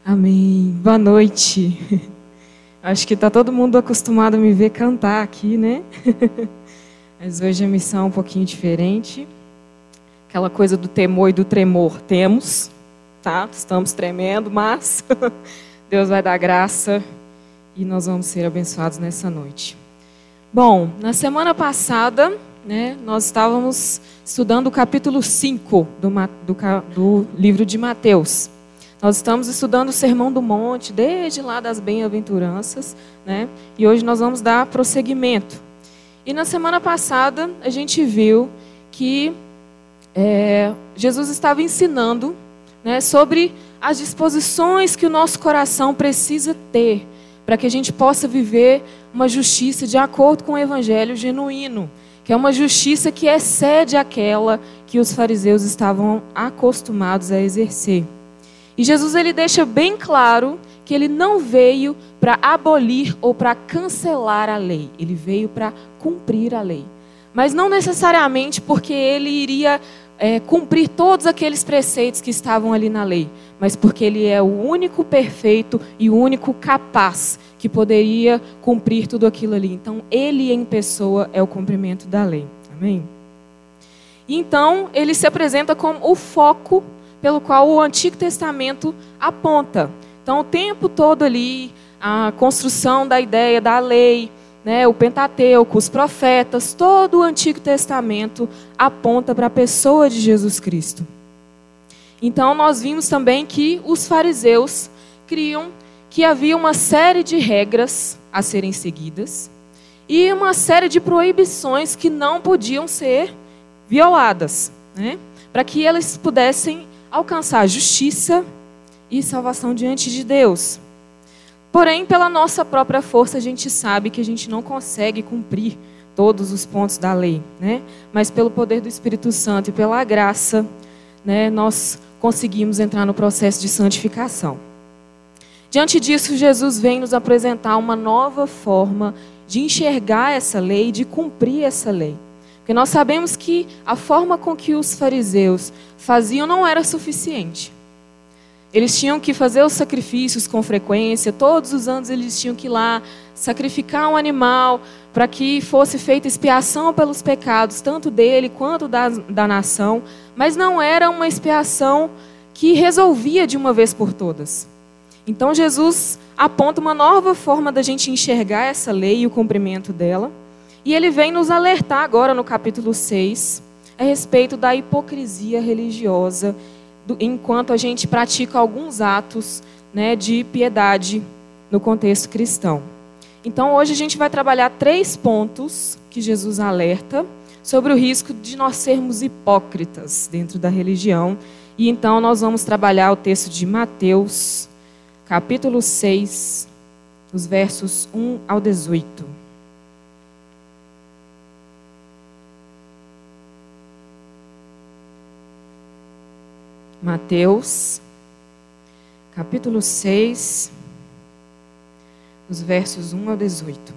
Amém. Boa noite. Acho que está todo mundo acostumado a me ver cantar aqui, né? Mas hoje a missão é um pouquinho diferente. Aquela coisa do temor e do tremor temos, tá? Estamos tremendo, mas Deus vai dar graça e nós vamos ser abençoados nessa noite. Bom, na semana passada, né, nós estávamos estudando o capítulo 5 do livro de Mateus. Nós estamos estudando o Sermão do Monte, desde lá das bem-aventuranças, né? E hoje nós vamos dar prosseguimento. E na semana passada, a gente viu que Jesus estava ensinando, né, sobre as disposições que o nosso coração precisa ter para que a gente possa viver uma justiça de acordo com o evangelho genuíno, que é uma justiça que excede aquela que os fariseus estavam acostumados a exercer. E Jesus ele deixa bem claro que ele não veio para abolir ou para cancelar a lei. Ele veio para cumprir a lei. Mas não necessariamente porque ele iria cumprir todos aqueles preceitos que estavam ali na lei. Mas porque ele é o único perfeito e o único capaz que poderia cumprir tudo aquilo ali. Então, ele em pessoa é o cumprimento da lei. Amém? E então, ele se apresenta como o foco pelo qual o Antigo Testamento aponta. Então, o tempo todo ali, a construção da ideia da lei, né, o Pentateuco, os profetas, todo o Antigo Testamento aponta para a pessoa de Jesus Cristo. Então, nós vimos também que os fariseus criam que havia uma série de regras a serem seguidas e uma série de proibições que não podiam ser violadas, né, para que eles pudessem alcançar justiça e salvação diante de Deus. Porém, pela nossa própria força, a gente sabe que a gente não consegue cumprir todos os pontos da lei, né? Mas pelo poder do Espírito Santo e pela graça, né, nós conseguimos entrar no processo de santificação. Diante disso, Jesus vem nos apresentar uma nova forma de enxergar essa lei, de cumprir essa lei. Porque nós sabemos que a forma com que os fariseus faziam não era suficiente. Eles tinham que fazer os sacrifícios com frequência, todos os anos eles tinham que ir lá sacrificar um animal para que fosse feita expiação pelos pecados, tanto dele quanto da nação, mas não era uma expiação que resolvia de uma vez por todas. Então Jesus aponta uma nova forma da gente enxergar essa lei e o cumprimento dela, e ele vem nos alertar agora no capítulo 6 a respeito da hipocrisia religiosa, enquanto a gente pratica alguns atos, né, de piedade no contexto cristão. Então hoje a gente vai trabalhar 3 pontos que Jesus alerta sobre o risco de nós sermos hipócritas dentro da religião. E então nós vamos trabalhar o texto de Mateus, capítulo 6, os versos 1 ao 18. Mateus, capítulo 6, os versos 1 ao 18.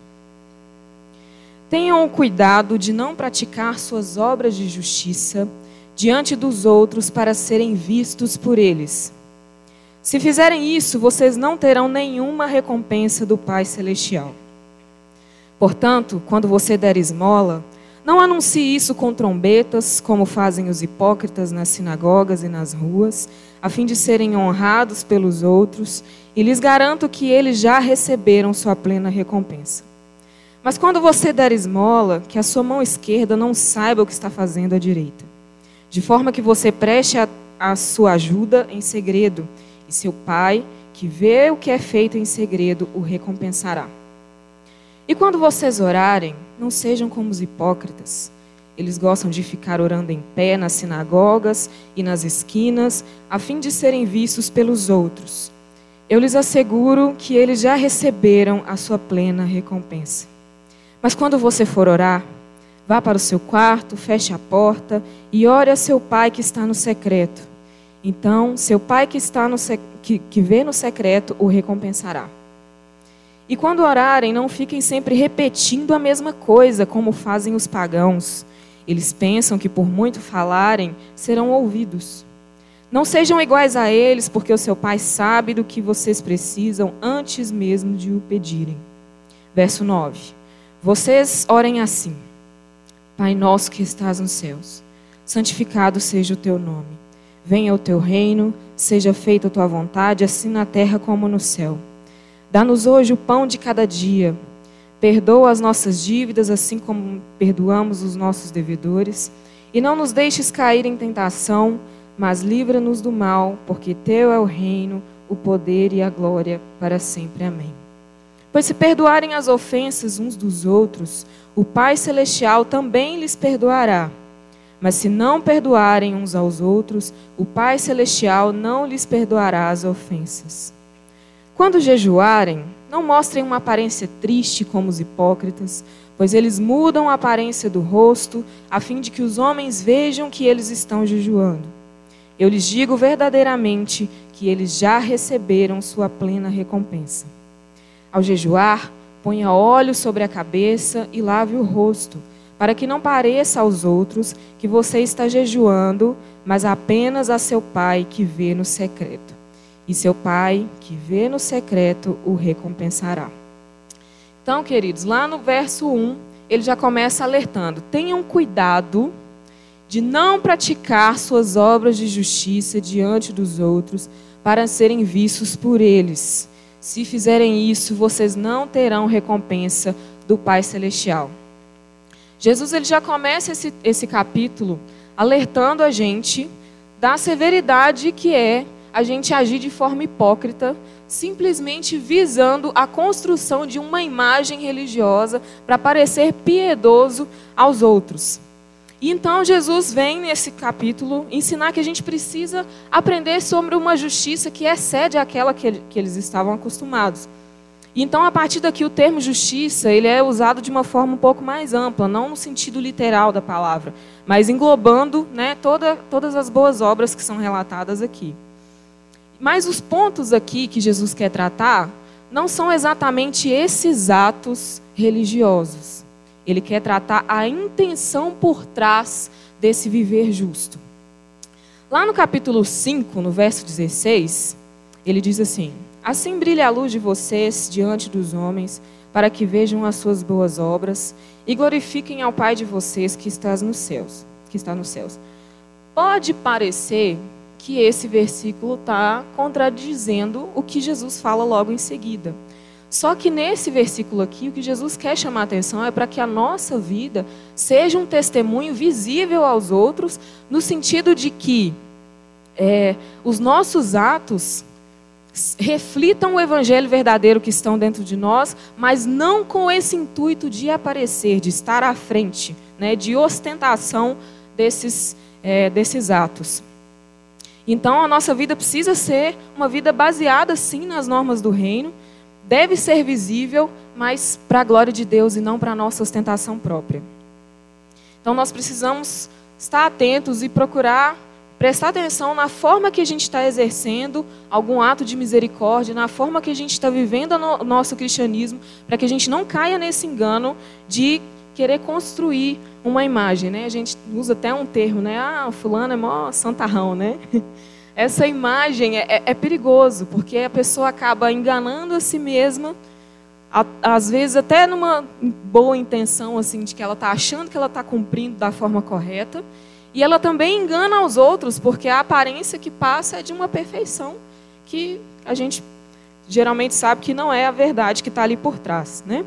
Tenham cuidado de não praticar suas obras de justiça diante dos outros para serem vistos por eles. Se fizerem isso, vocês não terão nenhuma recompensa do Pai Celestial. Portanto, quando você der esmola, não anuncie isso com trombetas, como fazem os hipócritas nas sinagogas e nas ruas, a fim de serem honrados pelos outros, e lhes garanto que eles já receberam sua plena recompensa. Mas quando você der esmola, que a sua mão esquerda não saiba o que está fazendo a direita, de forma que você preste a sua ajuda em segredo, e seu Pai, que vê o que é feito em segredo, o recompensará. E quando vocês orarem, não sejam como os hipócritas. Eles gostam de ficar orando em pé nas sinagogas e nas esquinas, a fim de serem vistos pelos outros. Eu lhes asseguro que eles já receberam a sua plena recompensa. Mas quando você for orar, vá para o seu quarto, feche a porta e ore a seu Pai que está no secreto. Então, seu Pai que vê no secreto o recompensará. E quando orarem, não fiquem sempre repetindo a mesma coisa, como fazem os pagãos. Eles pensam que por muito falarem, serão ouvidos. Não sejam iguais a eles, porque o seu Pai sabe do que vocês precisam antes mesmo de o pedirem. Verso 9. Vocês orem assim: Pai nosso que estás nos céus, santificado seja o teu nome. Venha o teu reino, seja feita a tua vontade, assim na terra como no céu. Dá-nos hoje o pão de cada dia. Perdoa as nossas dívidas, assim como perdoamos os nossos devedores. E não nos deixes cair em tentação, mas livra-nos do mal, porque teu é o reino, o poder e a glória para sempre. Amém. Pois se perdoarem as ofensas uns dos outros, o Pai Celestial também lhes perdoará. Mas se não perdoarem uns aos outros, o Pai Celestial não lhes perdoará as ofensas. Quando jejuarem, não mostrem uma aparência triste como os hipócritas, pois eles mudam a aparência do rosto, a fim de que os homens vejam que eles estão jejuando. Eu lhes digo verdadeiramente que eles já receberam sua plena recompensa. Ao jejuar, ponha óleo sobre a cabeça e lave o rosto, para que não pareça aos outros que você está jejuando, mas apenas a seu Pai que vê no secreto. E seu Pai, que vê no secreto, o recompensará. Então, queridos, lá no verso 1, ele já começa alertando: tenham cuidado de não praticar suas obras de justiça diante dos outros para serem vistos por eles. Se fizerem isso, vocês não terão recompensa do Pai Celestial. Jesus ele já começa esse capítulo alertando a gente da severidade que é a gente agir de forma hipócrita, simplesmente visando a construção de uma imagem religiosa para parecer piedoso aos outros. E então Jesus vem nesse capítulo ensinar que a gente precisa aprender sobre uma justiça que excede aquela que eles estavam acostumados. E então, a partir daqui, o termo justiça ele é usado de uma forma um pouco mais ampla, não no sentido literal da palavra, mas englobando, né, todas as boas obras que são relatadas aqui. Mas os pontos aqui que Jesus quer tratar não são exatamente esses atos religiosos. Ele quer tratar a intenção por trás desse viver justo. Lá no capítulo 5, no verso 16, ele diz assim: assim brilha a luz de vocês diante dos homens, para que vejam as suas boas obras e glorifiquem ao Pai de vocês que está nos céus. Pode parecer que esse versículo está contradizendo o que Jesus fala logo em seguida. Só que nesse versículo aqui, o que Jesus quer chamar a atenção é para que a nossa vida seja um testemunho visível aos outros, no sentido de que os nossos atos reflitam o evangelho verdadeiro que estão dentro de nós, mas não com esse intuito de aparecer, de estar à frente, né, de ostentação desses atos. Então, a nossa vida precisa ser uma vida baseada, sim, nas normas do reino, deve ser visível, mas para a glória de Deus e não para a nossa ostentação própria. Então, nós precisamos estar atentos e procurar prestar atenção na forma que a gente está exercendo algum ato de misericórdia, na forma que a gente está vivendo o nosso cristianismo, para que a gente não caia nesse engano de querer construir uma imagem, né? A gente usa até um termo, né? Ah, fulano é mó santarrão, né? Essa imagem é perigoso, porque a pessoa acaba enganando a si mesma, às vezes até numa boa intenção, assim, de que ela está achando que ela está cumprindo da forma correta, e ela também engana aos outros, porque a aparência que passa é de uma perfeição que a gente geralmente sabe que não é a verdade que está ali por trás, né?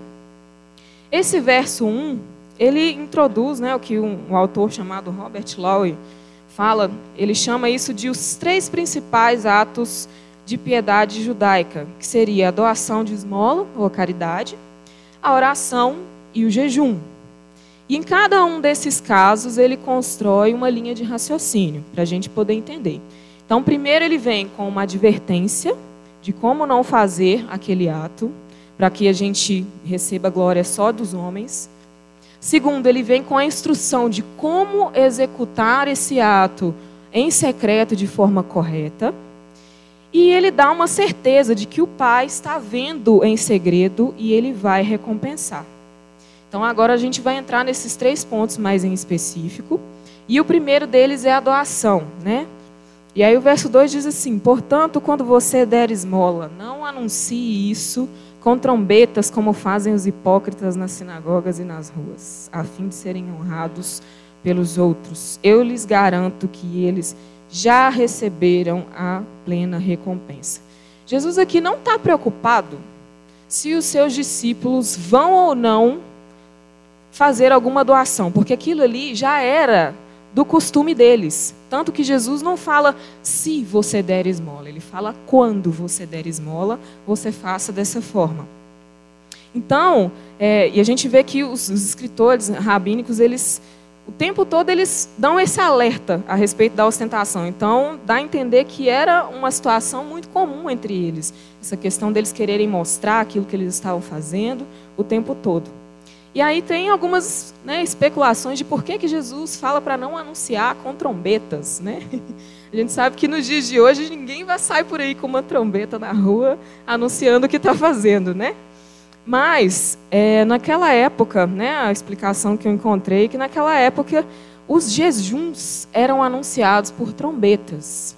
Esse verso 1, ele introduz, né, o que um autor chamado Robert Lowe fala, ele chama isso de os 3 principais atos de piedade judaica, que seria a doação de esmola, ou caridade, a oração e o jejum. E em cada um desses casos, ele constrói uma linha de raciocínio, para a gente poder entender. Então, primeiro ele vem com uma advertência de como não fazer aquele ato, para que a gente receba a glória só dos homens. Segundo, ele vem com a instrução de como executar esse ato em secreto de forma correta. E ele dá uma certeza de que o Pai está vendo em segredo e ele vai recompensar. Então agora a gente vai entrar nesses 3 pontos mais em específico. E o primeiro deles é a doação, né? E aí o verso 2 diz assim: portanto, quando você der esmola, não anuncie isso com trombetas, como fazem os hipócritas nas sinagogas e nas ruas, a fim de serem honrados pelos outros. Eu lhes garanto que eles já receberam a plena recompensa. Jesus aqui não está preocupado se os seus discípulos vão ou não fazer alguma doação, porque aquilo ali já era do costume deles. Tanto que Jesus não fala se você der esmola, ele fala quando você der esmola, você faça dessa forma. Então, e a gente vê que os escritores rabínicos, eles, o tempo todo eles dão esse alerta a respeito da ostentação. Então, dá a entender que era uma situação muito comum entre eles, essa questão deles quererem mostrar aquilo que eles estavam fazendo o tempo todo. E aí tem algumas especulações de por que Jesus fala para não anunciar com trombetas, né? A gente sabe que nos dias de hoje ninguém vai sair por aí com uma trombeta na rua anunciando o que está fazendo, né? Mas naquela época, né, a explicação que eu encontrei é que naquela época os jejuns eram anunciados por trombetas.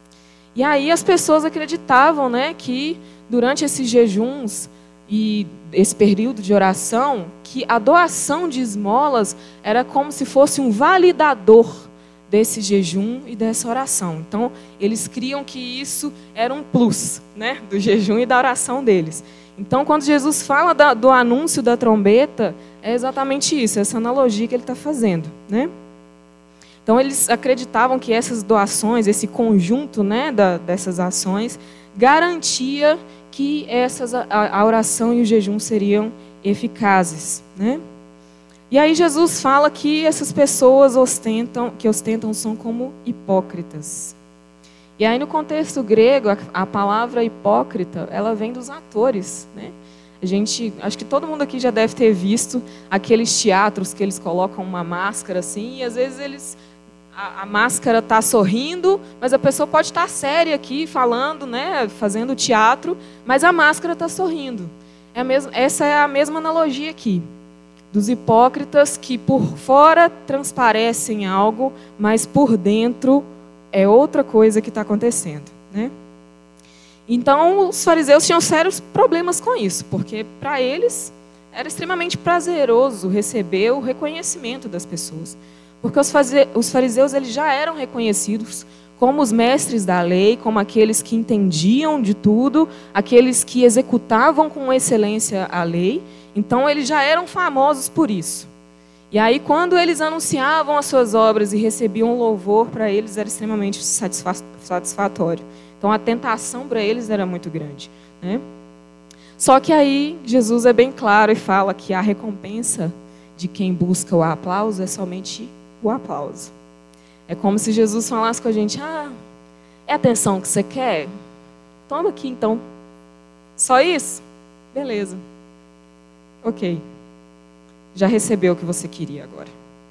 E aí as pessoas acreditavam, né, que durante esses jejuns e esse período de oração, que a doação de esmolas era como se fosse um validador desse jejum e dessa oração. Então, eles criam que isso era um plus, né, do jejum e da oração deles. Então, quando Jesus fala do anúncio da trombeta, é exatamente isso, essa analogia que ele está fazendo, né? Então, eles acreditavam que essas doações, esse conjunto, né, dessas ações, garantia que a oração e o jejum seriam eficazes, né? E aí Jesus fala que essas pessoas que ostentam são como hipócritas. E aí no contexto grego, a palavra hipócrita, ela vem dos atores, né? Acho que todo mundo aqui já deve ter visto aqueles teatros que eles colocam uma máscara assim, e às vezes a máscara está sorrindo, mas a pessoa pode estar séria aqui, falando, né, fazendo teatro, mas a máscara está sorrindo. Essa é a mesma analogia aqui, dos hipócritas que por fora transparecem algo, mas por dentro é outra coisa que está acontecendo, né? Então, os fariseus tinham sérios problemas com isso, porque para eles era extremamente prazeroso receber o reconhecimento das pessoas. Porque os fariseus eles já eram reconhecidos como os mestres da lei, como aqueles que entendiam de tudo, aqueles que executavam com excelência a lei. Então, eles já eram famosos por isso. E aí, quando eles anunciavam as suas obras e recebiam louvor, para eles era extremamente satisfatório. Então, a tentação para eles era muito grande, né? Só que aí, Jesus é bem claro e fala que a recompensa de quem busca o aplauso é somente o aplauso. É como se Jesus falasse com a gente: é a atenção que você quer? Toma aqui então. Só isso? Beleza. Ok. Já recebeu o que você queria agora.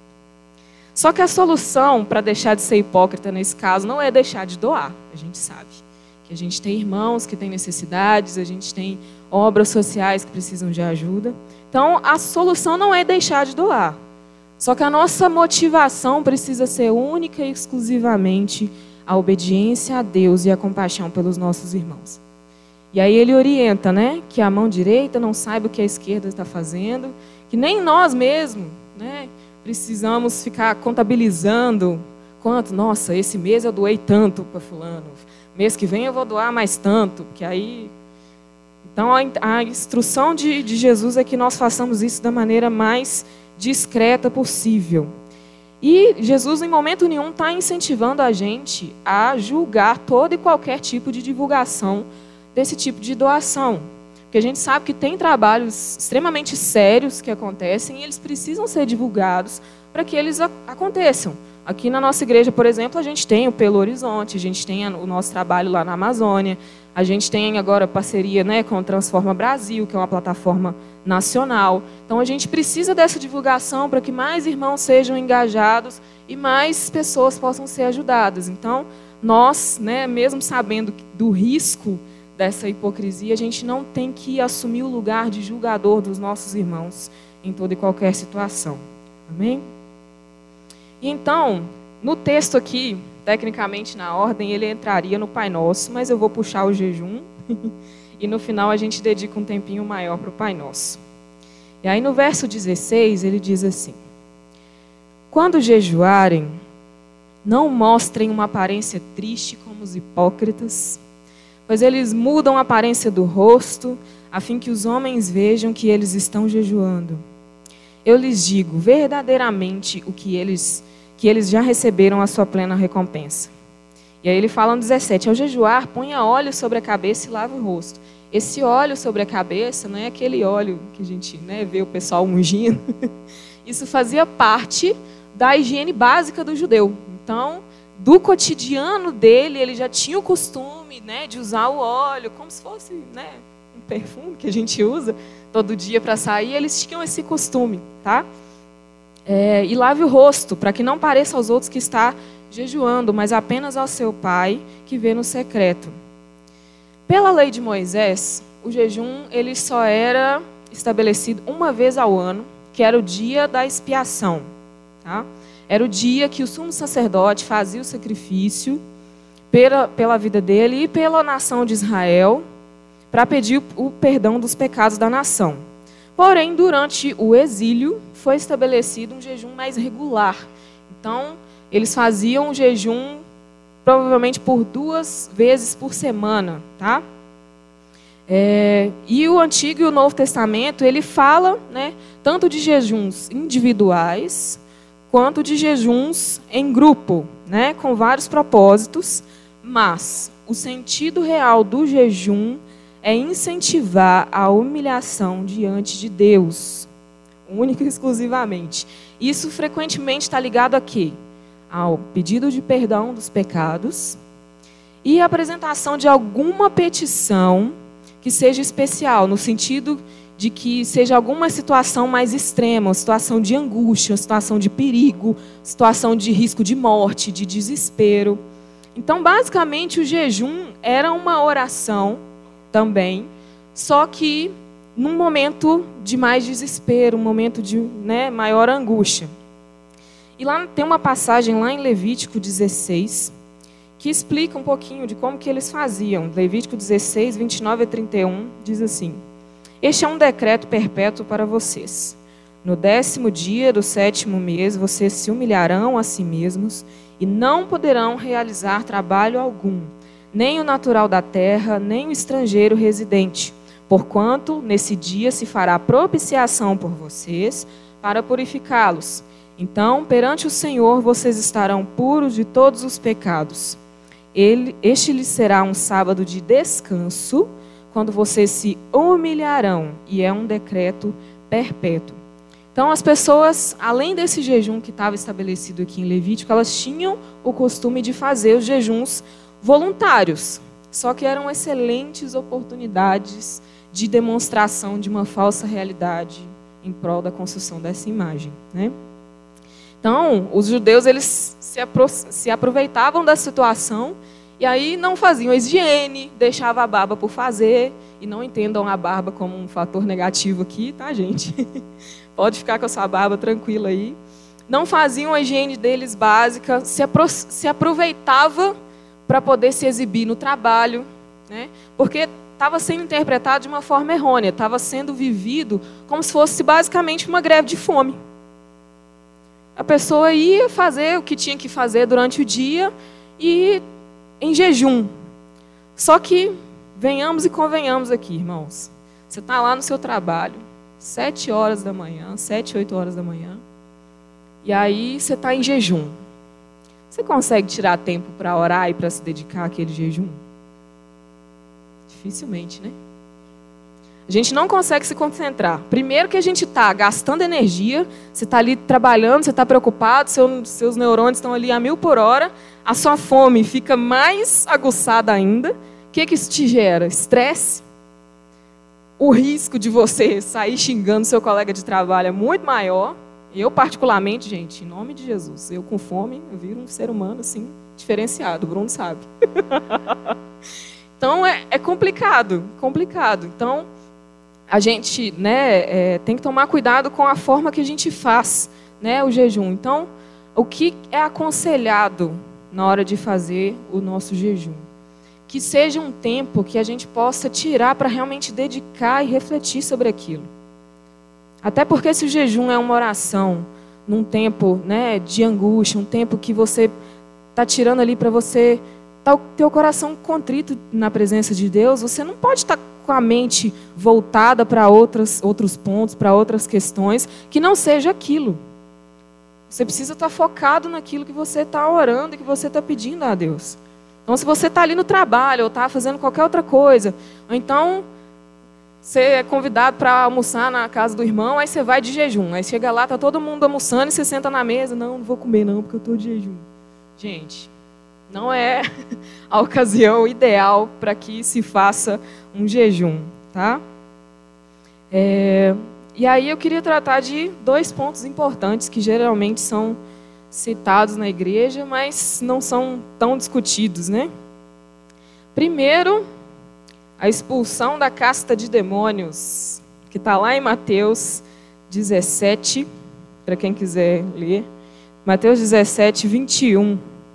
Só que a solução para deixar de ser hipócrita nesse caso não é deixar de doar. A gente sabe que a gente tem irmãos que têm necessidades, a gente tem obras sociais que precisam de ajuda. Então, a solução não é deixar de doar. Só que a nossa motivação precisa ser única e exclusivamente a obediência a Deus e a compaixão pelos nossos irmãos. E aí ele orienta, né, que a mão direita não saiba o que a esquerda está fazendo, que nem nós mesmos, né, precisamos ficar contabilizando quanto, nossa, esse mês eu doei tanto para fulano, mês que vem eu vou doar mais tanto, porque aí... Então a instrução de Jesus é que nós façamos isso da maneira mais discreta possível. E Jesus, em momento nenhum, está incentivando a gente a julgar todo e qualquer tipo de divulgação desse tipo de doação. Porque a gente sabe que tem trabalhos extremamente sérios que acontecem e eles precisam ser divulgados para que eles aconteçam. Aqui na nossa igreja, por exemplo, a gente tem o Pelo Horizonte, a gente tem o nosso trabalho lá na Amazônia, a gente tem agora parceria, né, com o Transforma Brasil, que é uma plataforma nacional. Então a gente precisa dessa divulgação para que mais irmãos sejam engajados e mais pessoas possam ser ajudadas. Então nós, né, mesmo sabendo do risco dessa hipocrisia, a gente não tem que assumir o lugar de julgador dos nossos irmãos em toda e qualquer situação. Amém? E então, no texto aqui, tecnicamente na ordem, ele entraria no Pai Nosso, mas eu vou puxar o jejum e no final a gente dedica um tempinho maior para o Pai Nosso. E aí no verso 16 ele diz assim: quando jejuarem, não mostrem uma aparência triste como os hipócritas, pois eles mudam a aparência do rosto, a fim que os homens vejam que eles estão jejuando. Eu lhes digo verdadeiramente que eles já receberam a sua plena recompensa. E aí ele fala no 17, ao jejuar, ponha óleo sobre a cabeça e lave o rosto. Esse óleo sobre a cabeça não é aquele óleo que a gente vê o pessoal ungindo. Isso fazia parte da higiene básica do judeu. Então, do cotidiano dele, ele já tinha o costume de usar o óleo, como se fosse um perfume que a gente usa todo dia para sair. Eles tinham esse costume, tá? E lave o rosto, para que não pareça aos outros que está jejuando, mas apenas ao seu pai que vê no secreto. Pela lei de Moisés, o jejum ele só era estabelecido uma vez ao ano, que era o dia da expiação. Tá? Era o dia que o sumo sacerdote fazia o sacrifício pela vida dele e pela nação de Israel, para pedir o perdão dos pecados da nação. Porém, durante o exílio, foi estabelecido um jejum mais regular. Então, eles faziam o jejum provavelmente por 2 vezes por semana, tá? E o Antigo e o Novo Testamento, ele fala tanto de jejuns individuais, quanto de jejuns em grupo, com vários propósitos, mas o sentido real do jejum é incentivar a humilhação diante de Deus, única e exclusivamente. Isso frequentemente está ligado a quê? Ao pedido de perdão dos pecados e a apresentação de alguma petição que seja especial, no sentido de que seja alguma situação mais extrema, uma situação de angústia, uma situação de perigo, situação de risco de morte, de desespero. Então, basicamente, o jejum era uma oração também, só que num momento de mais desespero, um momento de maior angústia. E lá tem uma passagem lá em Levítico 16, que explica um pouquinho de como que eles faziam. Levítico 16, 29 a 31, diz assim: este é um decreto perpétuo para vocês. No 10º dia do 7º mês, vocês se humilharão a si mesmos e não poderão realizar trabalho algum, nem o natural da terra, nem o estrangeiro residente, porquanto nesse dia se fará propiciação por vocês para purificá-los. Então, perante o Senhor, vocês estarão puros de todos os pecados. Este lhes será um sábado de descanso, quando vocês se humilharão, e é um decreto perpétuo. Então, as pessoas, além desse jejum que estava estabelecido aqui em Levítico, elas tinham o costume de fazer os jejuns voluntários, só que eram excelentes oportunidades de demonstração de uma falsa realidade em prol da construção dessa imagem, Então, os judeus eles se aproveitavam da situação e aí não faziam a higiene, deixavam a barba por fazer, e não entendam a barba como um fator negativo aqui, tá, gente? Pode ficar com a sua barba tranquila aí. Não faziam a higiene deles básica, se aproveitava para poder se exibir no trabalho, porque estava sendo interpretado de uma forma errônea, estava sendo vivido como se fosse basicamente uma greve de fome. A pessoa ia fazer o que tinha que fazer durante o dia e em jejum. Só que, venhamos e convenhamos aqui, irmãos. Você está lá no seu trabalho, 7 horas da manhã, 7, 8 horas da manhã, e aí você está em jejum. Você consegue tirar tempo para orar e para se dedicar àquele jejum? Dificilmente, A gente não consegue se concentrar. Primeiro que a gente está gastando energia, você está ali trabalhando, você está preocupado, seus neurônios estão ali a 1000 por hora, a sua fome fica mais aguçada ainda. O que isso te gera? Estresse. O risco de você sair xingando seu colega de trabalho é muito maior. Eu, particularmente, gente, em nome de Jesus, eu com fome, eu viro um ser humano assim, diferenciado, o Bruno sabe. Então, é complicado. Então, a gente tem que tomar cuidado com a forma que a gente faz o jejum. Então, o que é aconselhado na hora de fazer o nosso jejum. Que seja um tempo que a gente possa tirar para realmente dedicar e refletir sobre aquilo. Até porque se o jejum é uma oração, num tempo, né, de angústia, um tempo que você está tirando ali para você tá o teu coração contrito na presença de Deus, você não pode estar com a mente voltada para outros pontos, para outras questões, que não seja aquilo. Você precisa estar focado naquilo que você está orando e que você está pedindo a Deus. Então, se você está ali no trabalho ou está fazendo qualquer outra coisa, ou então você é convidado para almoçar na casa do irmão, aí você vai de jejum. Aí chega lá, está todo mundo almoçando e você senta na mesa. Não vou comer não, porque eu estou de jejum. Gente, não é a ocasião ideal para que se faça um jejum, tá? E aí eu queria tratar de 2 pontos importantes que geralmente são citados na igreja, mas não são tão discutidos, né? Primeiro, a expulsão da casta de demônios, que está lá em Mateus 17, para quem quiser ler. Mateus 17, 21.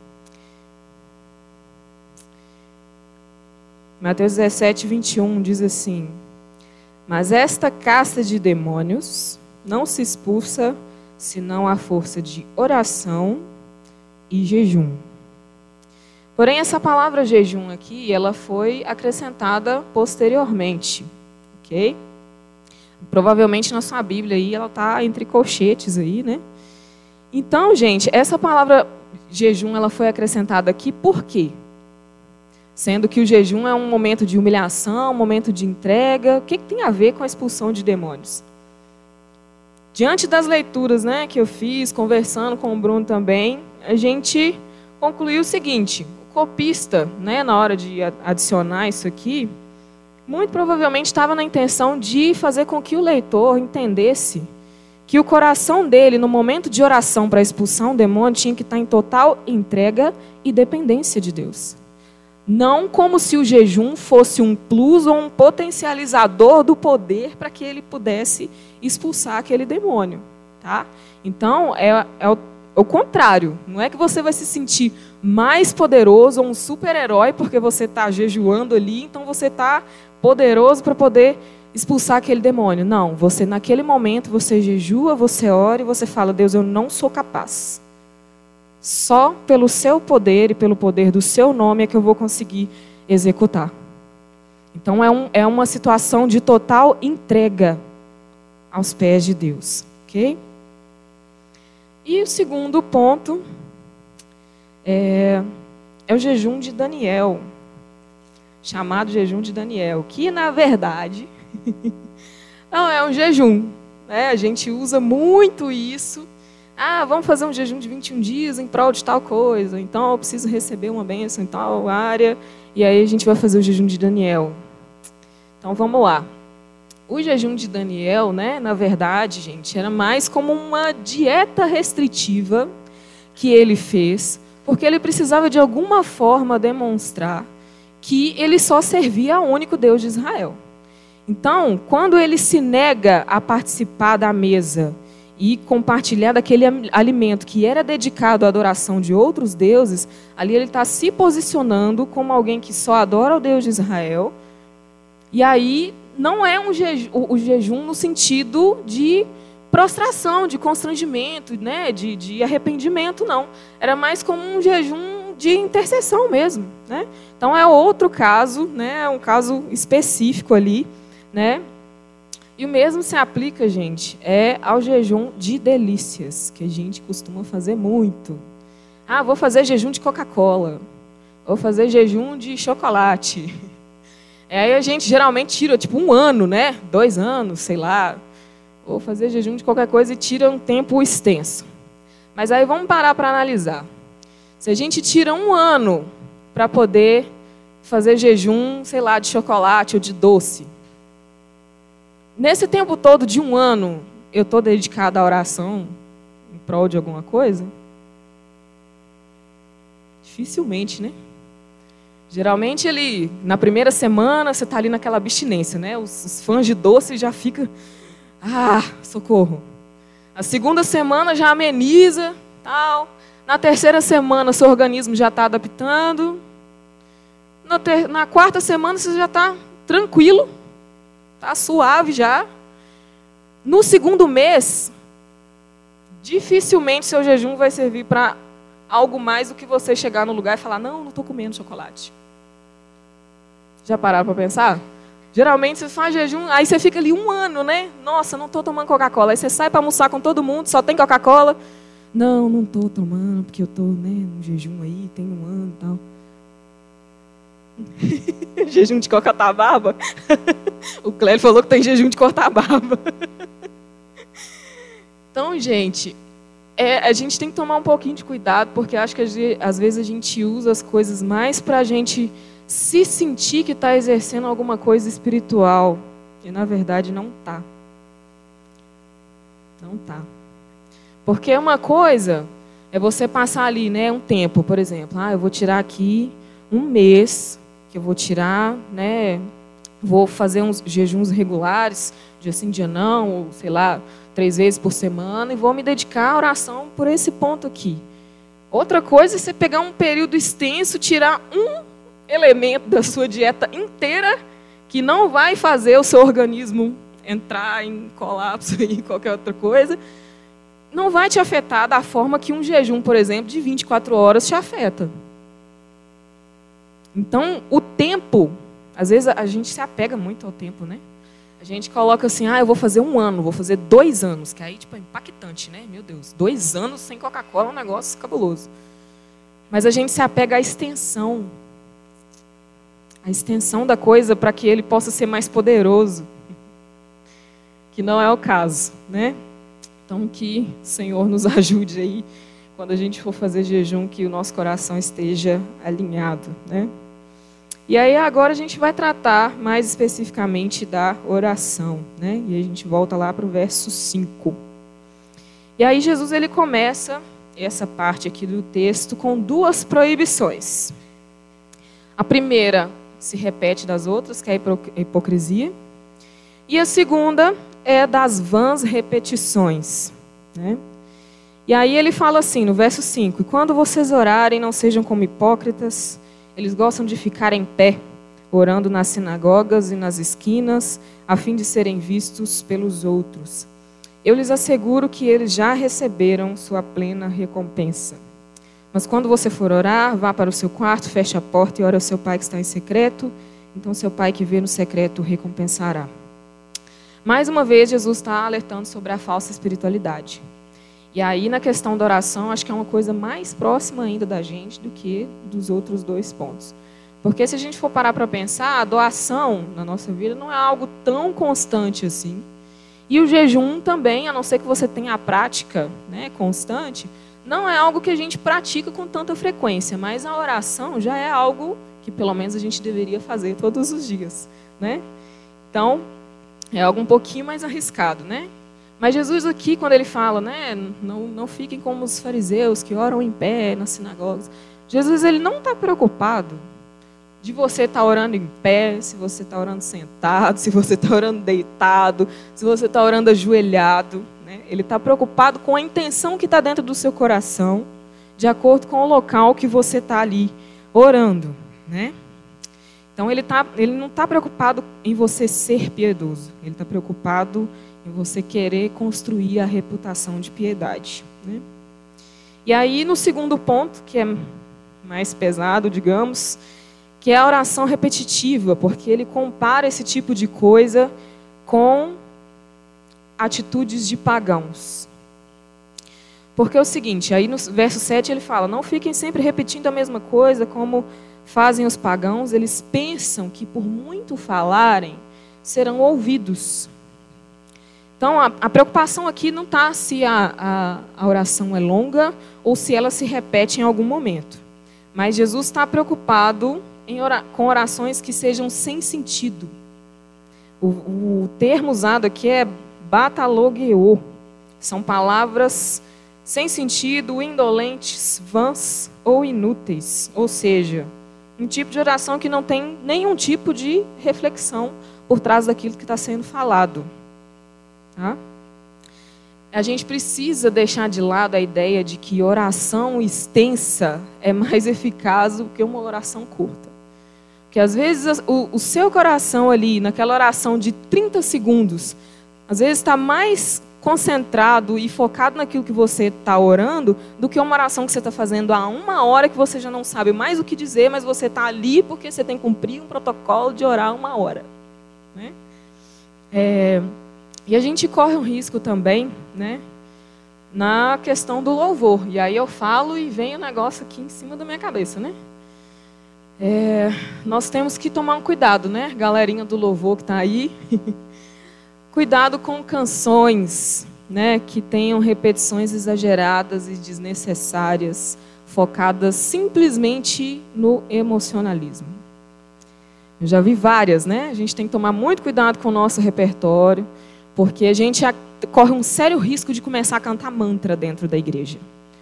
Mateus 17, 21 diz assim: mas esta casta de demônios não se expulsa senão à força de oração e jejum. Porém, essa palavra jejum aqui, ela foi acrescentada posteriormente, ok? Provavelmente na sua Bíblia aí, ela está entre colchetes aí, né? Então, gente, essa palavra jejum, ela foi acrescentada aqui por quê? Sendo que o jejum é um momento de humilhação, um momento de entrega. O que tem a ver com a expulsão de demônios? Diante das leituras, né, que eu fiz, conversando com o Bruno também, a gente concluiu o seguinte: o copista, né, na hora de adicionar isso aqui, muito provavelmente estava na intenção de fazer com que o leitor entendesse que o coração dele, no momento de oração para expulsar um demônio, tinha que estar em total entrega e dependência de Deus. Não como se o jejum fosse um plus ou um potencializador do poder para que ele pudesse expulsar aquele demônio, tá? Então, é o contrário. Não é que você vai se sentir mais poderoso ou um super-herói porque você está jejuando ali, então você está poderoso para poder expulsar aquele demônio. Não, você naquele momento, você jejua, você ora e você fala: Deus, eu não sou capaz. Só pelo seu poder e pelo poder do seu nome é que eu vou conseguir executar. Então é uma situação de total entrega aos pés de Deus, ok? E o segundo ponto é o jejum de Daniel, chamado jejum de Daniel, que na verdade não é um jejum, né? A gente usa muito isso. Vamos fazer um jejum de 21 dias em prol de tal coisa. Então, eu preciso receber uma bênção em tal área. E aí, a gente vai fazer o jejum de Daniel. Então, vamos lá. O jejum de Daniel, né, na verdade, gente, era mais como uma dieta restritiva que ele fez, porque ele precisava, de alguma forma, demonstrar que ele só servia ao único Deus de Israel. Então, quando ele se nega a participar da mesa e compartilhar daquele alimento que era dedicado à adoração de outros deuses, ali ele está se posicionando como alguém que só adora o Deus de Israel. E aí não é o jejum no sentido de prostração, de constrangimento, né, de arrependimento, não. Era mais como um jejum de intercessão mesmo, né? Então é outro caso, né, é um caso específico ali, né? E o mesmo se aplica, gente, ao jejum de delícias, que a gente costuma fazer muito. Vou fazer jejum de Coca-Cola. Vou fazer jejum de chocolate. Aí a gente geralmente tira, tipo, 1 ano, né? 2 anos, sei lá. Vou fazer jejum de qualquer coisa e tira um tempo extenso. Mas aí vamos parar para analisar. Se a gente tira 1 ano para poder fazer jejum, sei lá, de chocolate ou de doce, nesse tempo todo de 1 ano, eu estou dedicada à oração em prol de alguma coisa? Dificilmente, né? Geralmente, na primeira semana, você está ali naquela abstinência, né? Os fãs de doce já ficam, socorro. A segunda semana já ameniza, tal. Na terceira semana, seu organismo já está adaptando. Na quarta semana, você já está tranquilo. Está suave já. No segundo mês, dificilmente seu jejum vai servir para algo mais do que você chegar no lugar e falar, não estou comendo chocolate. Já pararam para pensar? Geralmente você faz jejum, aí você fica ali um ano, né? Nossa, não estou tomando Coca-Cola. Aí você sai para almoçar com todo mundo, só tem Coca-Cola. Não estou tomando, porque eu estou, né, no jejum aí, tem um ano e tal. Jejum de cortar a barba? O Clélio falou que tem jejum de cortar a barba. Então, gente, a gente tem que tomar um pouquinho de cuidado, porque acho que às vezes a gente usa as coisas mais para a gente se sentir que está exercendo alguma coisa espiritual. E, na verdade, não está. Não está. Porque uma coisa é você passar ali, né, um tempo, por exemplo. Eu vou tirar aqui um mês, que eu vou tirar, né, vou fazer uns jejuns regulares, dia sim, dia não, ou sei lá, 3 vezes por semana, e vou me dedicar à oração por esse ponto aqui. Outra coisa é você pegar um período extenso, tirar um elemento da sua dieta inteira, que não vai fazer o seu organismo entrar em colapso e qualquer outra coisa, não vai te afetar da forma que um jejum, por exemplo, de 24 horas te afeta. Então, o tempo, às vezes a gente se apega muito ao tempo, né? A gente coloca assim, eu vou fazer 1 ano, vou fazer 2 anos, que aí tipo, é impactante, né? Meu Deus, 2 anos sem Coca-Cola é um negócio cabuloso. Mas a gente se apega à extensão da coisa para que ele possa ser mais poderoso, que não é o caso, né? Então, que o Senhor nos ajude aí, quando a gente for fazer jejum, que o nosso coração esteja alinhado, né? E aí agora a gente vai tratar mais especificamente da oração, né? E a gente volta lá para o verso 5. E aí Jesus ele começa essa parte aqui do texto com 2 proibições. A primeira se repete das outras, que é a hipocrisia. E a segunda é das vãs repetições, né? E aí ele fala assim, no verso 5, e quando vocês orarem, não sejam como hipócritas, eles gostam de ficar em pé, orando nas sinagogas e nas esquinas, a fim de serem vistos pelos outros. Eu lhes asseguro que eles já receberam sua plena recompensa. Mas quando você for orar, vá para o seu quarto, feche a porta e ore ao seu pai que está em secreto, então seu pai que vê no secreto o recompensará. Mais uma vez, Jesus está alertando sobre a falsa espiritualidade. E aí, na questão da oração, acho que é uma coisa mais próxima ainda da gente do que dos outros 2 pontos. Porque se a gente for parar para pensar, a doação na nossa vida não é algo tão constante assim. E o jejum também, a não ser que você tenha a prática, né, constante, não é algo que a gente pratica com tanta frequência. Mas a oração já é algo que pelo menos a gente deveria fazer todos os dias, né? Então, é algo um pouquinho mais arriscado, né? Mas Jesus aqui, quando ele fala, né, não fiquem como os fariseus que oram em pé nas sinagogas. Jesus ele não está preocupado de você estar orando em pé, se você está orando sentado, se você está orando deitado, se você está orando ajoelhado, né? Ele está preocupado com a intenção que está dentro do seu coração, de acordo com o local que você está ali orando, né? Então ele não está preocupado em você ser piedoso, ele está preocupado em você querer construir a reputação de piedade, né? E aí no segundo ponto, que é mais pesado, digamos, que é a oração repetitiva, porque ele compara esse tipo de coisa com atitudes de pagãos. Porque é o seguinte, aí no verso 7 ele fala, não fiquem sempre repetindo a mesma coisa como fazem os pagãos, eles pensam que por muito falarem serão ouvidos. Então, a preocupação aqui não está se a oração é longa ou se ela se repete em algum momento. Mas Jesus está preocupado com orações que sejam sem sentido. O termo usado aqui é batalogeo. São palavras sem sentido, indolentes, vãs ou inúteis. Ou seja, um tipo de oração que não tem nenhum tipo de reflexão por trás daquilo que está sendo falado. Tá? a gente precisa deixar de lado a ideia de que oração extensa é mais eficaz do que uma oração curta. Porque às vezes o seu coração ali, naquela oração de 30 segundos, às vezes está mais concentrado e focado naquilo que você está orando do que uma oração que você está fazendo há 1 hora que você já não sabe mais o que dizer, mas você está ali porque você tem que cumprir um protocolo de orar 1 hora. Né? E a gente corre um risco também, né, na questão do louvor. E aí eu falo e vem o negócio aqui em cima da minha cabeça, né? Nós temos que tomar um cuidado, né, galerinha do louvor que está aí. Cuidado com canções, né, que tenham repetições exageradas e desnecessárias, focadas simplesmente no emocionalismo. Eu já vi várias, né? A gente tem que tomar muito cuidado com o nosso repertório, porque a gente corre um sério risco de começar a cantar mantra dentro da igreja.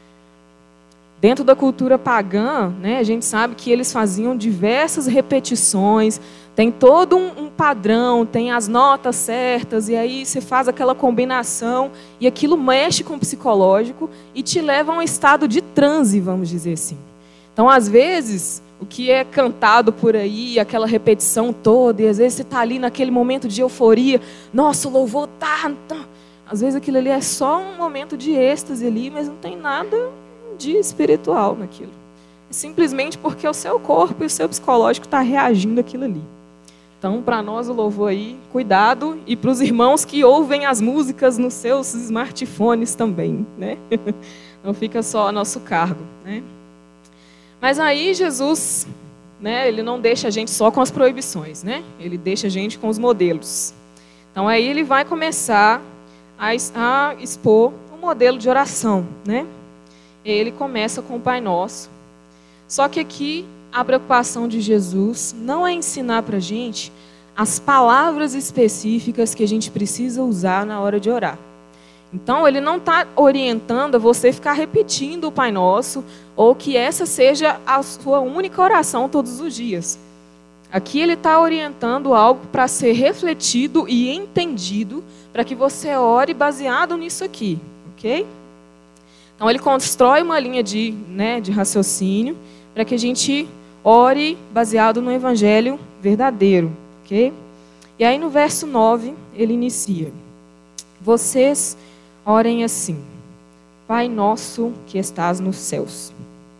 Dentro da cultura pagã, né, a gente sabe que eles faziam diversas repetições, tem todo um padrão, tem as notas certas, e aí você faz aquela combinação, e aquilo mexe com o psicológico e te leva a um estado de transe, vamos dizer assim. Então, às vezes, o que é cantado por aí, aquela repetição toda, e às vezes você está ali naquele momento de euforia, nossa, o louvor tá... Às vezes aquilo ali é só um momento de êxtase ali, mas não tem nada de espiritual naquilo. É simplesmente porque o seu corpo e o seu psicológico está reagindo àquilo ali. Então, para nós o louvor aí, cuidado, e para os irmãos que ouvem as músicas nos seus smartphones também, né? Não fica só a nosso cargo, né? Mas aí Jesus, né, ele não deixa a gente só com as proibições, né? Ele deixa a gente com os modelos. Então aí ele vai começar a expor um modelo de oração, né? Ele começa com o Pai Nosso. Só que aqui a preocupação de Jesus não é ensinar para a gente as palavras específicas que a gente precisa usar na hora de orar. Então, ele não está orientando a você ficar repetindo o Pai Nosso ou que essa seja a sua única oração todos os dias. Aqui ele está orientando algo para ser refletido e entendido para que você ore baseado nisso aqui, ok? Então, ele constrói uma linha de raciocínio para que a gente ore baseado no Evangelho verdadeiro, ok? E aí, no verso 9, ele inicia. Vocês orem assim, Pai nosso que estás nos céus.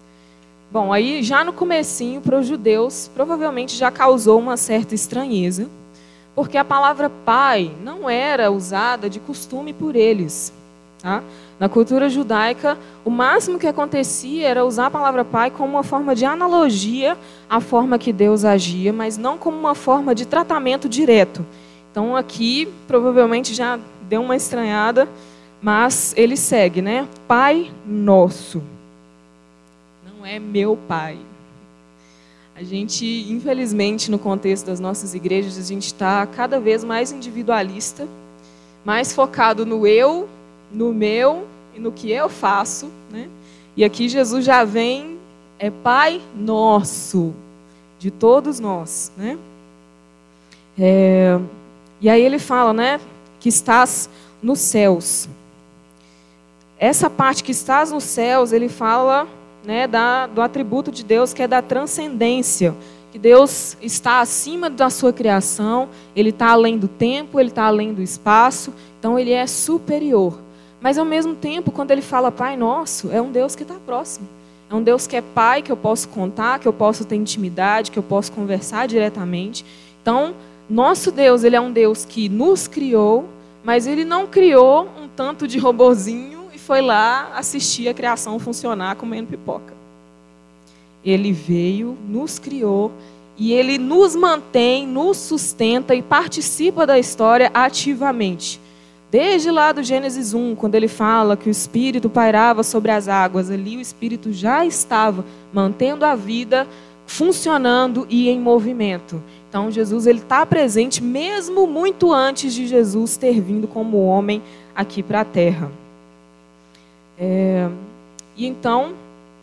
Bom, aí já no comecinho, para os judeus, provavelmente já causou uma certa estranheza, porque a palavra pai não era usada de costume por eles. Tá? Na cultura judaica, o máximo que acontecia era usar a palavra pai como uma forma de analogia à forma que Deus agia, mas não como uma forma de tratamento direto. Então aqui, provavelmente já deu uma estranhada, mas ele segue, né? Pai nosso. Não é meu pai. A gente, infelizmente, no contexto das nossas igrejas, a gente está cada vez mais individualista, mais focado no eu, no meu e no que eu faço, né? E aqui Jesus já vem, é Pai nosso, de todos nós, né? E aí ele fala, né, que estás nos céus. Essa parte que estás nos céus, ele fala, né, do atributo de Deus, que é da transcendência, que Deus está acima da sua criação, ele está além do tempo, ele está além do espaço, então ele é superior. Mas ao mesmo tempo, quando ele fala Pai Nosso, é um Deus que está próximo. É um Deus que é Pai, que eu posso contar, que eu posso ter intimidade, que eu posso conversar diretamente. Então, nosso Deus, ele é um Deus que nos criou, mas ele não criou um tanto de robozinho e foi lá assistir a criação funcionar comendo pipoca. Ele veio, nos criou e ele nos mantém, nos sustenta e participa da história ativamente. Desde lá do Gênesis 1, quando ele fala que o Espírito pairava sobre as águas, ali o Espírito já estava mantendo a vida, funcionando e em movimento. Então Jesus está presente mesmo muito antes de Jesus ter vindo como homem aqui para a terra. E então,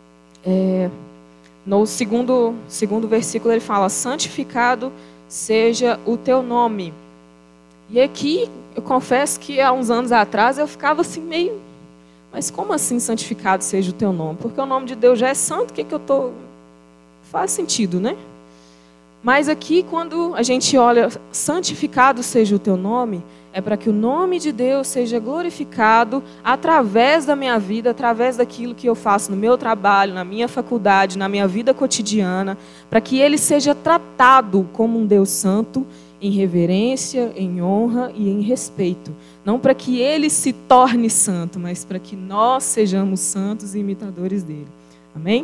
no segundo versículo ele fala, santificado seja o teu nome. E aqui, eu confesso que há uns anos atrás eu ficava assim meio, mas como assim santificado seja o teu nome? Porque o nome de Deus já é santo, o que eu estou... Faz sentido, né? Mas aqui, quando a gente olha, santificado seja o teu nome, é para que o nome de Deus seja glorificado através da minha vida, através daquilo que eu faço no meu trabalho, na minha faculdade, na minha vida cotidiana, para que ele seja tratado como um Deus santo, em reverência, em honra e em respeito. Não para que ele se torne santo, mas para que nós sejamos santos e imitadores dele. Amém?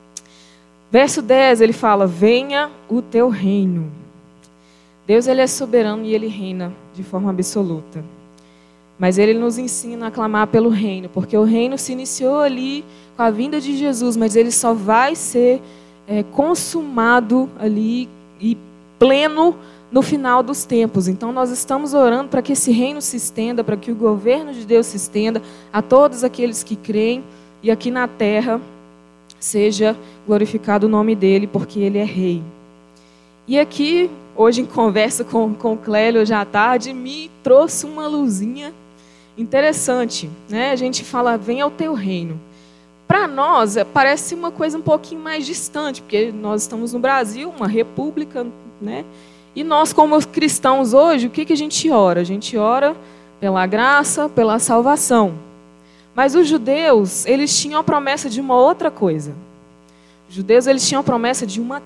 Verso 10, ele fala, venha o teu reino. Deus, ele é soberano e ele reina de forma absoluta. Mas ele nos ensina a clamar pelo reino, porque o reino se iniciou ali com a vinda de Jesus, mas ele só vai ser consumado ali e pleno no final dos tempos. Então nós estamos orando para que esse reino se estenda, para que o governo de Deus se estenda a todos aqueles que creem e aqui na terra seja glorificado o nome dele, porque ele é rei. E aqui, hoje em conversa com o Clélio, hoje à tarde, me trouxe uma luzinha interessante, né? A gente fala, venha ao teu reino. Para nós, parece uma coisa um pouquinho mais distante, porque nós estamos no Brasil, uma república, né? E nós, como cristãos hoje, o que a gente ora? A gente ora pela graça, pela salvação. Mas os judeus, eles tinham a promessa de uma outra coisa. Os judeus, eles tinham a promessa de uma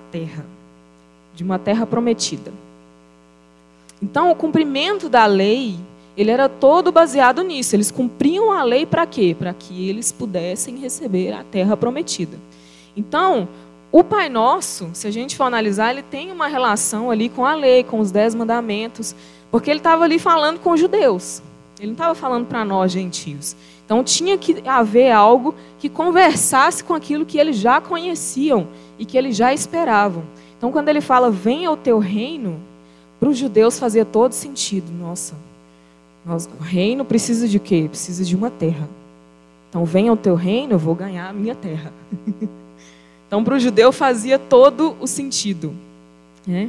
terra prometida. Então, o cumprimento da lei, ele era todo baseado nisso. Eles cumpriam a lei para quê? Para que eles pudessem receber a terra prometida. Então, o Pai Nosso, se a gente for analisar, ele tem uma relação ali com a lei, com os 10 mandamentos, porque ele estava ali falando com os judeus. Ele não estava falando para nós, gentios. Então, tinha que haver algo que conversasse com aquilo que eles já conheciam e que eles já esperavam. Então, quando ele fala, venha ao teu reino, para os judeus fazia todo sentido. Nossa, o reino precisa de quê? Precisa de uma terra. Então, venha ao teu reino, eu vou ganhar a minha terra. Então, para o judeu fazia todo o sentido. Né?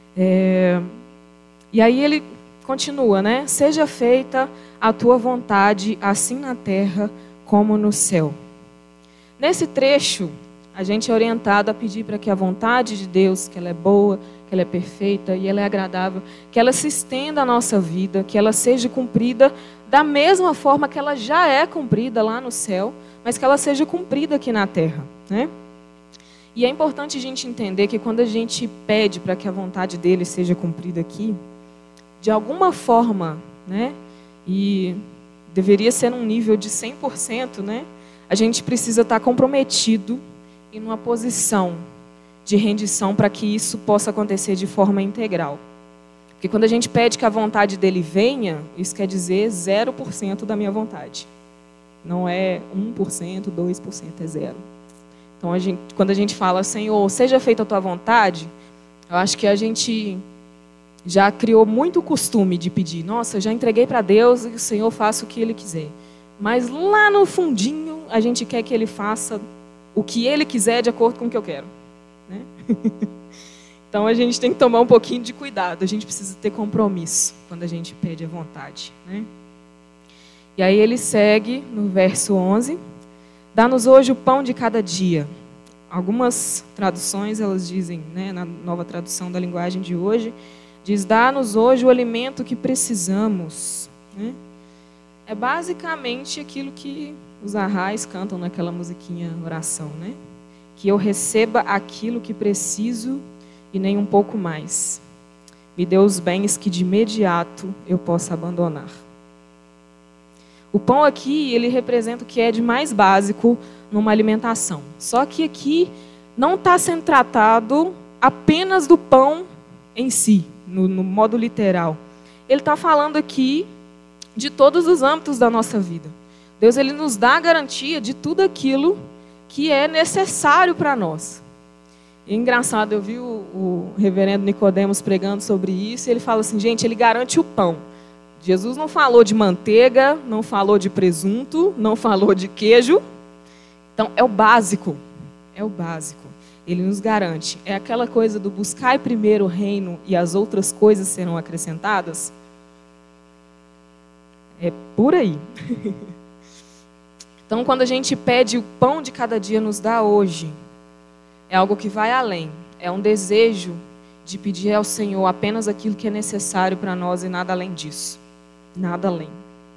E aí ele continua, né? Seja feita a tua vontade, assim na terra como no céu. Nesse trecho, a gente é orientado a pedir para que a vontade de Deus, que ela é boa, que ela é perfeita e ela é agradável, que ela se estenda à nossa vida, que ela seja cumprida da mesma forma que ela já é cumprida lá no céu, mas que ela seja cumprida aqui na terra, né? E é importante a gente entender que quando a gente pede para que a vontade dele seja cumprida aqui, de alguma forma, né? E deveria ser num nível de 100%, né? A gente precisa estar comprometido em uma posição de rendição para que isso possa acontecer de forma integral. Porque quando a gente pede que a vontade dele venha, isso quer dizer 0% da minha vontade. Não é 1%, 2%, é 0%. Então, quando a gente fala, Senhor, seja feita a tua vontade, eu acho que a gente já criou muito costume de pedir. Nossa, já entreguei para Deus e o Senhor faça o que Ele quiser. Mas lá no fundinho, a gente quer que Ele faça o que Ele quiser de acordo com o que eu quero. Né? Então, a gente tem que tomar um pouquinho de cuidado. A gente precisa ter compromisso quando a gente pede a vontade. Né? E aí ele segue no verso 11. Dá-nos hoje o pão de cada dia. Algumas traduções, elas dizem, né, na nova tradução da linguagem de hoje, diz, dá-nos hoje o alimento que precisamos. Né? É basicamente aquilo que os arrais cantam naquela musiquinha oração, né? Que eu receba aquilo que preciso e nem um pouco mais. Me dê os bens que de imediato eu possa abandonar. O pão aqui, ele representa o que é de mais básico numa alimentação. Só que aqui não está sendo tratado apenas do pão em si, no modo literal. Ele está falando aqui de todos os âmbitos da nossa vida. Deus, ele nos dá a garantia de tudo aquilo que é necessário para nós. E é engraçado, eu vi o reverendo Nicodemos pregando sobre isso, e ele fala assim, gente, ele garante o pão. Jesus não falou de manteiga, não falou de presunto, não falou de queijo. Então, é o básico. É o básico. Ele nos garante. É aquela coisa do buscar primeiro o reino e as outras coisas serão acrescentadas. É por aí. Então, quando a gente pede o pão de cada dia nos dá hoje, é algo que vai além. É um desejo de pedir ao Senhor apenas aquilo que é necessário para nós e nada além disso. Nada além.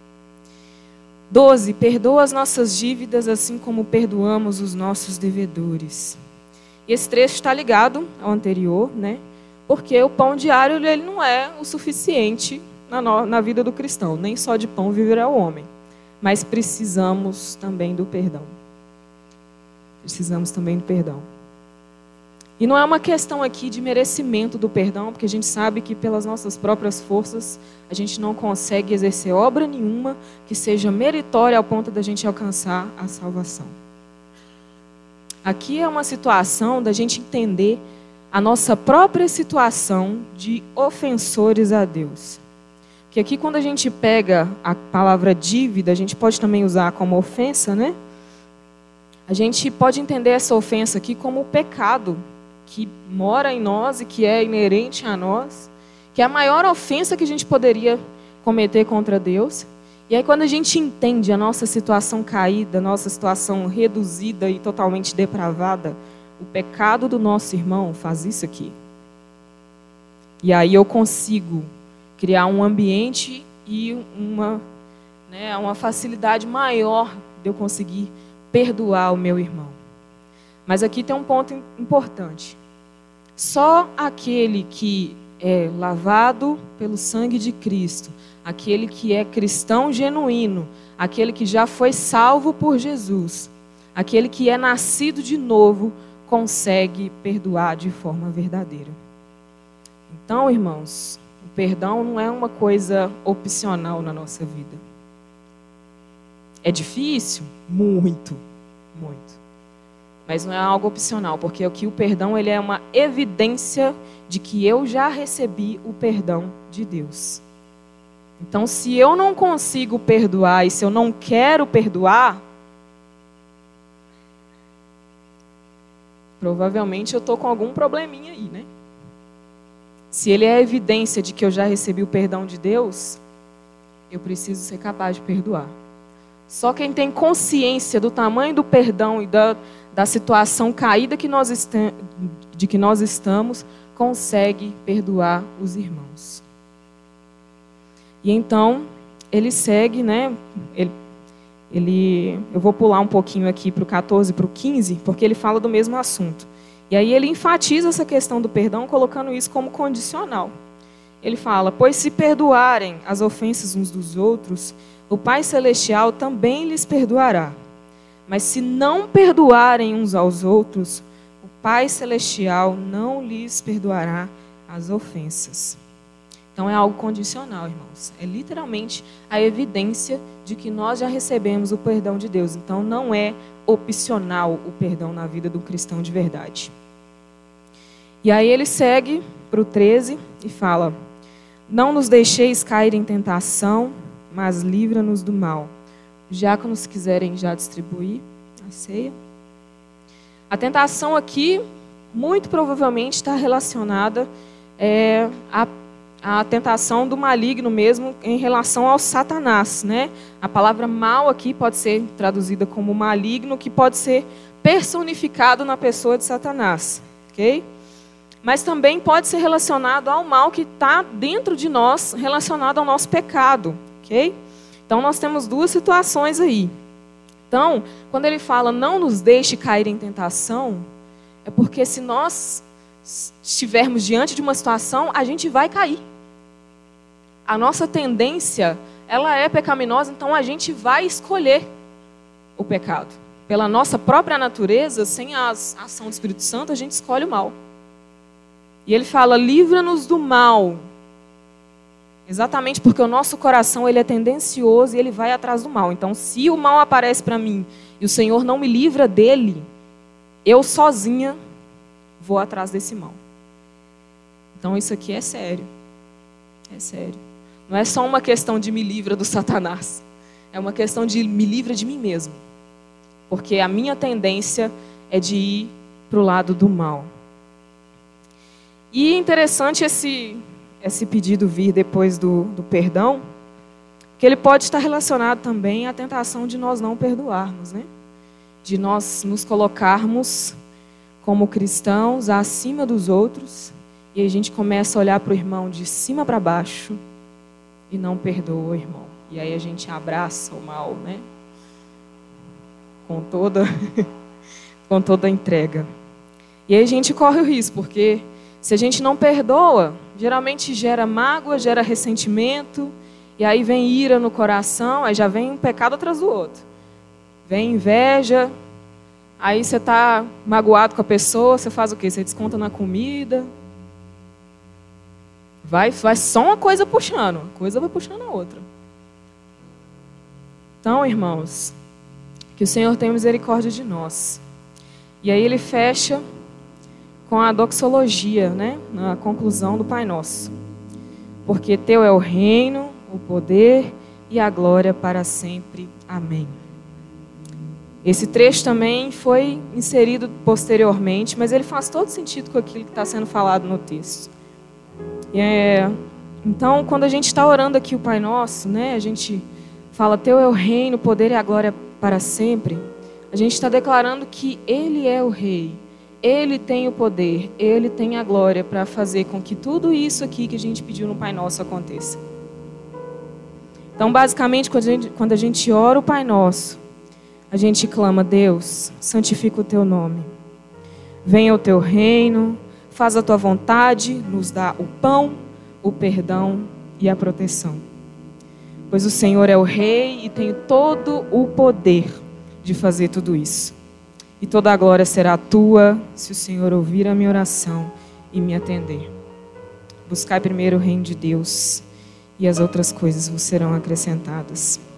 12. Perdoa as nossas dívidas assim como perdoamos os nossos devedores. E esse trecho está ligado ao anterior, né? Porque o pão diário ele não é o suficiente na vida do cristão. Nem só de pão viverá o homem. Mas precisamos também do perdão. Precisamos também do perdão. E não é uma questão aqui de merecimento do perdão, porque a gente sabe que pelas nossas próprias forças a gente não consegue exercer obra nenhuma que seja meritória ao ponto da gente alcançar a salvação. Aqui é uma situação da gente entender a nossa própria situação de ofensores a Deus. Que aqui quando a gente pega a palavra dívida, a gente pode também usar como ofensa, né? A gente pode entender essa ofensa aqui como o pecado que mora em nós e que é inerente a nós, que é a maior ofensa que a gente poderia cometer contra Deus. E aí quando a gente entende a nossa situação caída, a nossa situação reduzida e totalmente depravada, o pecado do nosso irmão faz isso aqui. E aí eu consigo criar um ambiente e uma facilidade maior de eu conseguir perdoar o meu irmão. Mas aqui tem um ponto importante. Só aquele que é lavado pelo sangue de Cristo, aquele que é cristão genuíno, aquele que já foi salvo por Jesus, aquele que é nascido de novo, consegue perdoar de forma verdadeira. Então, irmãos, o perdão não é uma coisa opcional na nossa vida. É difícil? Muito, muito. Mas não é algo opcional, porque aqui o perdão ele é uma evidência de que eu já recebi o perdão de Deus. Então, se eu não consigo perdoar e se eu não quero perdoar, provavelmente eu estou com algum probleminha aí, né? Se ele é a evidência de que eu já recebi o perdão de Deus, eu preciso ser capaz de perdoar. Só quem tem consciência do tamanho do perdão e da situação caída que nós estamos, consegue perdoar os irmãos. E então, ele segue, né? Eu vou pular um pouquinho aqui para o 14 e para o 15, porque ele fala do mesmo assunto. E aí ele enfatiza essa questão do perdão, colocando isso como condicional. Ele fala, pois se perdoarem as ofensas uns dos outros, o Pai Celestial também lhes perdoará. Mas se não perdoarem uns aos outros, o Pai Celestial não lhes perdoará as ofensas. Então é algo condicional, irmãos. É literalmente a evidência de que nós já recebemos o perdão de Deus. Então não é opcional o perdão na vida do cristão de verdade. E aí ele segue para o 13 e fala, não nos deixeis cair em tentação, mas livra-nos do mal. Os diáconos quiserem já distribuir a ceia. A tentação aqui, muito provavelmente, está relacionada à tentação do maligno mesmo em relação ao Satanás, né? A palavra mal aqui pode ser traduzida como maligno, que pode ser personificado na pessoa de Satanás, ok? Mas também pode ser relacionado ao mal que está dentro de nós, relacionado ao nosso pecado, ok? Então nós temos duas situações aí. Então, quando ele fala não nos deixe cair em tentação, é porque se nós estivermos diante de uma situação, a gente vai cair. A nossa tendência, ela é pecaminosa, então a gente vai escolher o pecado. Pela nossa própria natureza, sem a ação do Espírito Santo, a gente escolhe o mal. E ele fala, livra-nos do mal. Exatamente porque o nosso coração ele é tendencioso e ele vai atrás do mal. Então, se o mal aparece para mim e o Senhor não me livra dele, eu sozinha vou atrás desse mal. Então, isso aqui é sério. É sério. Não é só uma questão de me livra do Satanás. É uma questão de me livra de mim mesmo. Porque a minha tendência é de ir para o lado do mal. E é interessante esse pedido vir depois do perdão, que ele pode estar relacionado também à tentação de nós não perdoarmos, né? De nós nos colocarmos como cristãos acima dos outros e a gente começa a olhar para o irmão de cima para baixo e não perdoa o irmão. E aí a gente abraça o mal, né? Com toda a entrega. E aí a gente corre o risco, porque se a gente não perdoa, geralmente gera mágoa, gera ressentimento, e aí vem ira no coração, aí já vem um pecado atrás do outro. Vem inveja, aí você está magoado com a pessoa, você faz o quê? Você desconta na comida. Vai só uma coisa puxando, uma coisa vai puxando a outra. Então, irmãos, que o Senhor tenha misericórdia de nós. E aí ele fecha com a doxologia, né? Na conclusão do Pai Nosso. Porque teu é o reino, o poder e a glória para sempre. Amém. Esse trecho também foi inserido posteriormente, mas ele faz todo sentido com aquilo que está sendo falado no texto. Então, quando a gente está orando aqui o Pai Nosso, né? A gente fala, teu é o reino, o poder e a glória para sempre. A gente está declarando que Ele é o Rei. Ele tem o poder, Ele tem a glória para fazer com que tudo isso aqui que a gente pediu no Pai Nosso aconteça. Então, basicamente, quando a gente ora o Pai Nosso, a gente clama, Deus, santifica o Teu nome. Venha o Teu reino, faz a Tua vontade, nos dá o pão, o perdão e a proteção. Pois o Senhor é o Rei e tem todo o poder de fazer tudo isso. E toda a glória será tua, se o Senhor ouvir a minha oração e me atender. Buscai primeiro o reino de Deus, e as outras coisas vos serão acrescentadas.